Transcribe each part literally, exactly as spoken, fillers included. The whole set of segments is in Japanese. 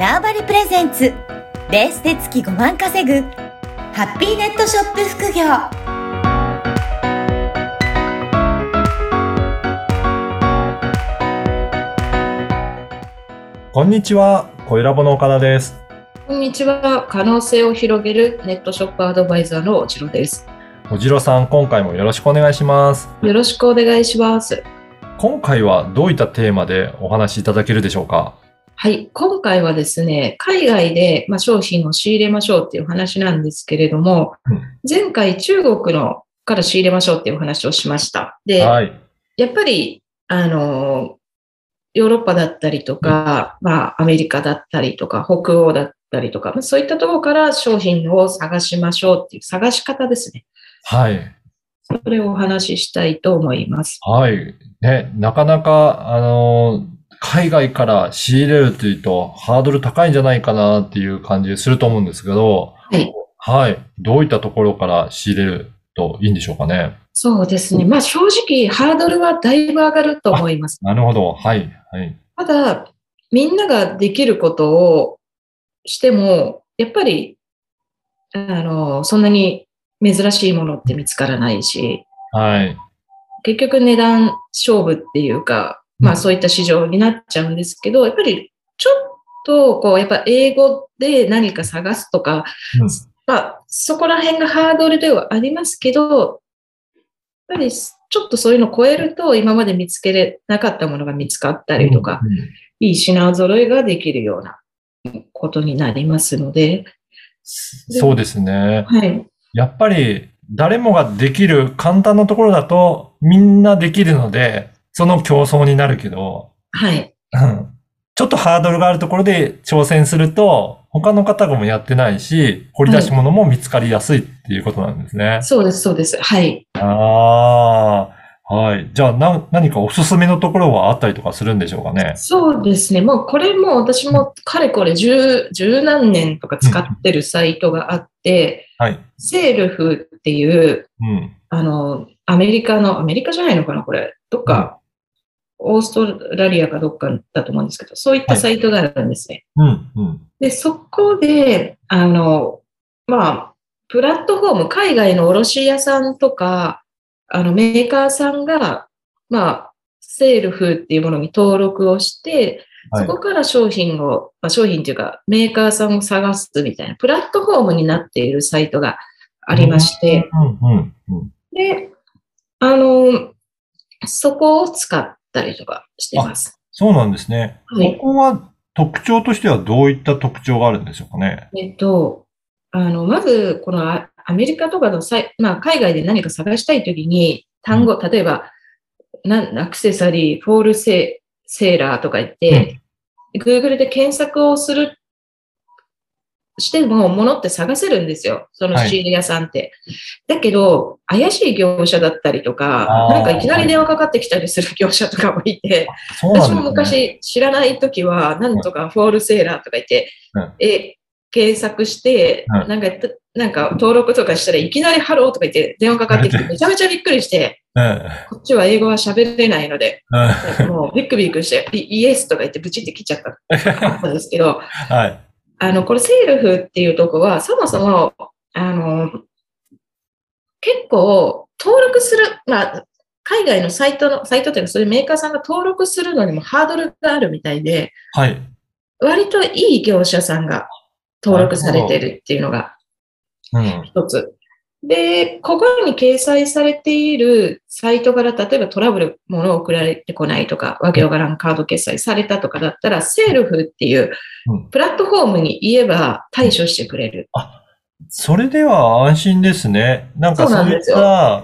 ターバリプレゼンツベースで月ごまん稼ぐハッピーネットショップ副業。 こんにちは、声ラボの岡田です。 こんにちは、可能性を広げるネットショップアドバイザーのおじろです。 おじろさん、今回もよろしくお願いします。 よろしくお願いします。 今回はどういったテーマでお話しいただけるでしょうか？ はい、今回はですね、海外で、まあ、商品を仕入れましょうっていう話なんですけれども、うん、前回中国のから仕入れましょうっていう話をしました。で、はい、やっぱり、あの、ヨーロッパだったりとか、うん、まあ、アメリカだったりとか、北欧だったりとか、そういったところから商品を探しましょうっていう探し方ですね。 はい。 それをお話ししたいと思います。 はい。ね、なかなか、あの、海外から仕入れるというと、ハードル高いんじゃないかなっていう感じすると思うんですけど、 はい。 はい。どういったところから仕入れるといいんでしょうかね。 そうですね。まあ正直、ハードルはだいぶ上がると思います。 なるほど。はい。はい。 ただ、みんなができることをしても、やっぱり、あの、そんなに珍しいものって見つからないし、 はい。 結局値段勝負っていうか、まあそういった市場になっちゃうんですけど、やっぱりちょっとこう、やっぱ英語で何か探すとか、うん、まあそこら辺がハードルではありますけど、やっぱりちょっとそういうのを超えると今まで見つけれなかったものが見つかったりとか、うんうん、いい品揃えができるようなことになりますので。 そうですね。 はい。やっぱり誰もができる簡単なところだとみんなできるので、その競争になるけど、 はい。 ちょっとハードルがあるところで挑戦すると、他の方がもやってないし、掘り出し物も見つかりやすいっていうことなんですね。 はい、そうです、そうです。はい。 ああ、はい。じゃあな、何かおすすめのところはあったりとかするんでしょうかね。 そうですね。もうこれも私もかれこれ十、十何年とか使ってるサイトがあって、 うん、はい。 セールフっていう、 うん、 あの、アメリカの、アメリカじゃないのかな、これ。どっか、うん、オーストラリアかどっかだと思うんですけど、そういったサイトがあるんですね。 はい、うんうん、 で、そこで、あの、まあ、プラットフォーム、海外の卸屋さんとか、あの、メーカーさんが、まあ、セールフっていうものに登録をして、そこから商品を、まあ、商品というか、メーカーさんを探すみたいな、プラットフォームになっているサイトがありまして、で、あの、そこを使ったりとかしています。 そうなんですね。はい、ここは特徴としてはどういった特徴があるんでしょうかね。 えっと、あの、まず、このアメリカとかのさい、まあ、海外で何か探したいときに、単語、例えば、なんアクセサリー、フォールセー、セーラーとか言って、うん、Google で検索をする、しても、物って探せるんですよ。その仕入れ屋さんって。はい、だけど、怪しい業者だったりとか、なんかいきなり電話かかってきたりする業者とかもいて、はい、私も昔知らないときは、なんとかフォールセーラーとか言って、うん、え、検索して、うん、なんか、なんか登録とかしたらいきなりハローとか言って電話かかってきてめちゃめちゃびっくりして、うん、こっちは英語は喋れないので、うん、なんかもうビックビックしてイエスとか言ってブチって切っちゃったんですけど、はい、あの、これセールフっていうとこはそもそも、あの、結構登録する、まあ、海外のサイトの、サイトというかそういうメーカーさんが登録するのにもハードルがあるみたいで、 はい、 割といい業者さんが登録されてるっていうのが一つ、うん。で、ここに掲載されているサイトから例えばトラブル、物を送られてこないとか、わけわからんカード決済されたとかだったら、セールフっていうプラットフォームに言えば対処してくれる。 うん、あ、それでは安心ですね。なんかそういった、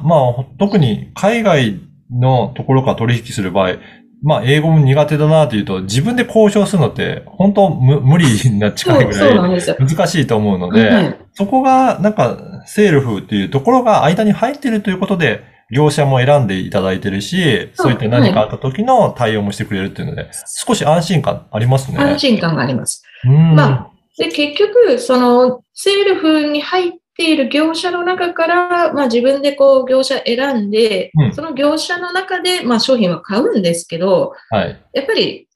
まあ特に海外のところから取引する場合、まあ、英語も苦手だなというと、自分で交渉するのって、本当無無理な近いぐらい難しいと思うので、そ, そこが、なんか、セールフっていうところが間に入っているということで、業者も選んでいただいてるし、そういった何かあった時の対応もしてくれるっていうので、少し安心感ありますね。 安心感があります。まあ、で、結局、その、セールフに入っている業者の中から、まあ自分でこう業者選んで、うん、その業者の中で、まあ商品は買うんですけど、はい、やっぱり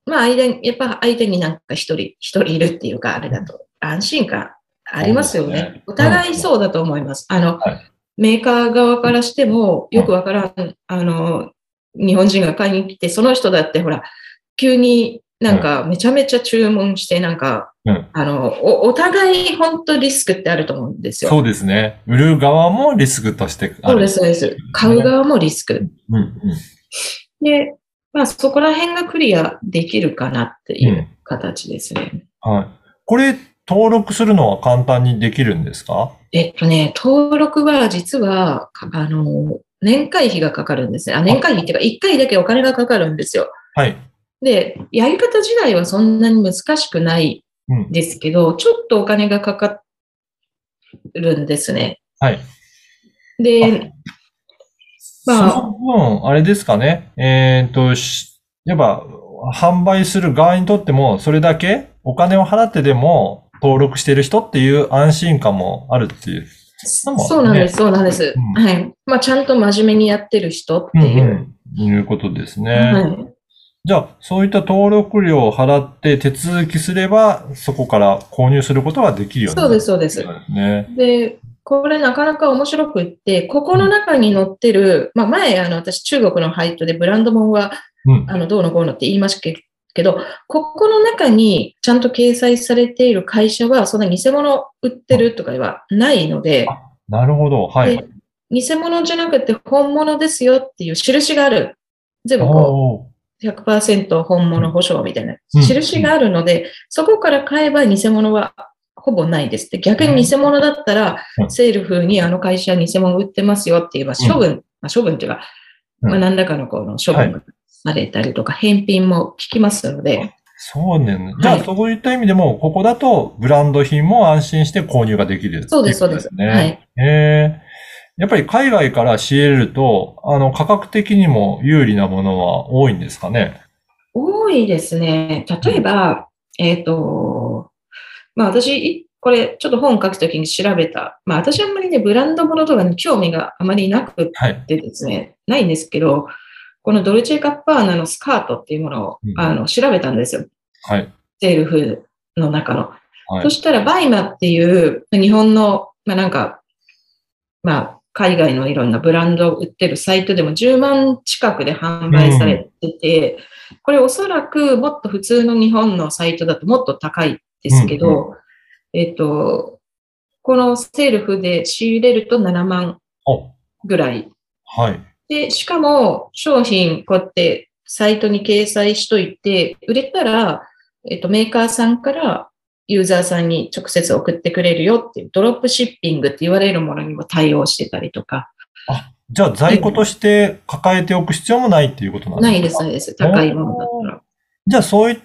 まあ、間に、やっぱ相手になんか一人、一人いるっていうか、あれだと安心感ありますよね。 そうですねお互いそうだと思います。あの、 はい。 メーカー側からしても、よくわからん、あの、日本人が買いに来て、その人だってほら、急になんかめちゃめちゃ注文して、なんか、 うん。 あの、お、お互い本当リスクってあると思うんですよ。 そうですね。売る側もリスクとしてある。 そうです、そうです。買う側もリスク。 うん、うん。 で、まあそこら辺がクリアできるかなっていう形ですね。 はい。これ、登録するのは簡単にできるんですか？ えっとね、登録は実は、かあの、年会費がかかるんですね。あ、年会費っていうか、いっかいだけお金がかかるんですよ。 はい。 で、やり方自体はそんなに難しくないうん。 ですけど、ちょっとお金がかかるんですね。 はい。 で、まあ、 その分、あれですかね。えっと、しやっぱ、販売する側にとっても、それだけお金を払ってでも登録している人っていう安心感もあるっていうのもね。 そうなんです、そうなんです。 うんはい。まあ、ちゃんと真面目にやってる人っていう。 うんうん。いうことですね。 はい。 じゃあ、そういった登録料を払って手続きすれば、そこから購入することができるようになる。 そうです、そうです。 ね。 で、これなかなか面白くって、ここの中に載ってる、まあ前、あの、私中国のサイトでブランド物は、 うん。 あの、どうのこうのって言いましたけど、ここの中にちゃんと掲載されている会社は、そんな偽物売ってるとかはないので、 なるほど。はい。 で偽物じゃなくて本物ですよっていう印がある。全部こおー。 う、ひゃくパーセント 本物保証みたいなうん印があるので、そこから買えば偽物はほぼないです。で、逆に偽物だったらう、んセール風にあの会社偽物売ってますよって言えば、処分、まあ、処分っていうか、 うんまあ、何らかのこの処分がされたりとか、返品も効きますので、 そうね。じゃあ、 はいそういった意味でも、ここだとブランド品も安心して購入ができるっていそうです、そうです。 ことね。 はい。 えーやっぱり海外から仕入れると、あの、価格的にも有利なものは多いんですかね。 多いですね。例えば、えっと、まあ私、これちょっと本書くときに調べた。まあ私あんまりね、ブランドものとかに興味があまりなくはい。 てですね、ないんですけど、このドルチェ・ガッパーナのスカートっていうものを、 うんあの調べたんですよ。 はい。 セールフの中の。 はい。 そしたら、バイマっていう日本の、まあなんか、まあ海外のいろんなブランドを売ってるサイトでもじゅうまん近くで販売されてて、これおそらくもっと普通の日本のサイトだともっと高いですけど、 うんえっと、このセールフで仕入れるとななまんお、 ぐらい。 はい。 で、しかも商品こうやってサイトに掲載しといて、売れたら、えっと、メーカーさんからユーザーさんに直接送ってくれるよっていうドロップシッピングって言われるものにも対応してたりとか。 あ、じゃあ在庫として抱えておく必要もないっていうことなんですか？ ないです、ないです。高いものだったら。 じゃあそういった、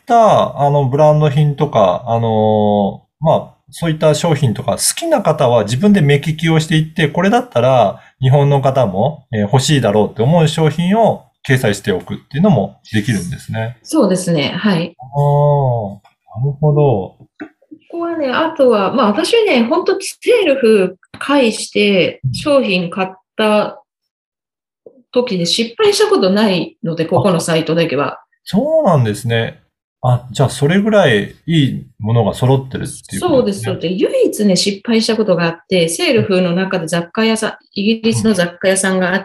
あの、ブランド品とか、あのーまあ、そういった商品とか好きな方は自分で目利きをしていって、これだったら日本の方もえー欲しいだろうって思う商品を掲載しておくっていうのもできるんですね。 そうですね。はい。 ああ、なるほど。 ここはね、あとは、まあ私はね、本当セールフ介して商品買った時で失敗したことないので、ここのサイトだけは。 そうなんですね。あ、じゃあそれぐらいいいものが揃ってるっていうことですね。 そうです。で、唯一ね、失敗したことがあって、セールフの中で雑貨屋さん、イギリスの雑貨屋さんがあって、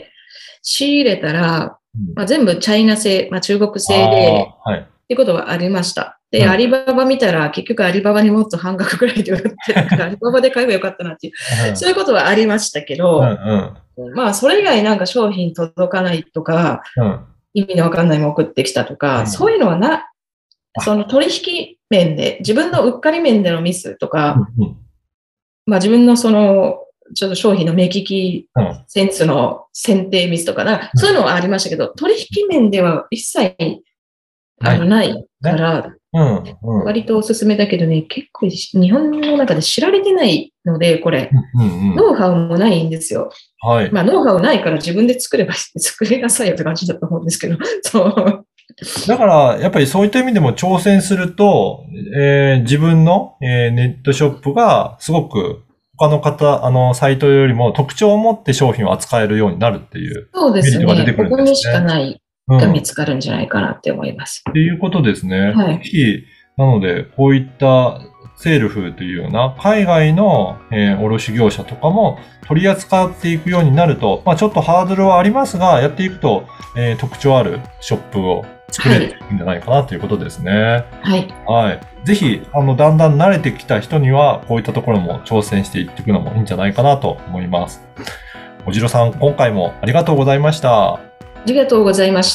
仕入れたら、 うんまあ、全部チャイナ製、まあ、中国製で、 あーはい。 ってことはありました。で、 うんアリババ見たら、結局アリババにもっと半額くらいで売ってたから、アリババで買えばよかったなっていう、そういうことはありましたけうん、 ど、 うん、 まあ、それ以外なんか商品届かないとか、 うん。 意味のわかんないもの送ってきたとか、 うんそういうのはな、その取引面で、自分のうっかり面でのミスとか、 うんうんまあ自分のその、ちょっと商品の目利きうんセンスの選定ミスとかな、そういうのはありましたけど、取引面では一切あのないから、 うん、うん。 割とおすすめだけどね、結構日本の中で知られてないので、これ、 うんうん、 ノウハウもないんですよ。 はい。 まあノウハウないから自分で作れば作りなさいよって感じだと思うんですけど、そう。 だから、やっぱりそういった意味でも挑戦すると、えー自分の、えーネットショップがすごく他の方、あの、サイトよりも特徴を持って商品を扱えるようになるっていう。 そうですメリットが出ね。 てくるんですねここにしかないが見つかるんじゃないかなって思います。 っていうことですね。 はい。 ぜひ、なので、こういったセールフというような海外の、えー、卸業者とかも取り扱っていくようになると、まあちょっとハードルはありますが、やっていくと、えー、特徴あるショップを作れるんじゃないかなということですね。 はい。 はい。ぜひ、あの、だんだん慣れてきた人には、こういったところも挑戦していっていくのもいいんじゃないかなと思います。おじろさん、今回もありがとうございました。 ありがとうございました。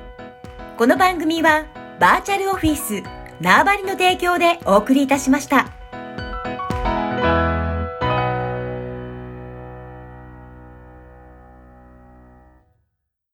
この番組はバーチャルオフィス縄張りの提供でお送りいたしました。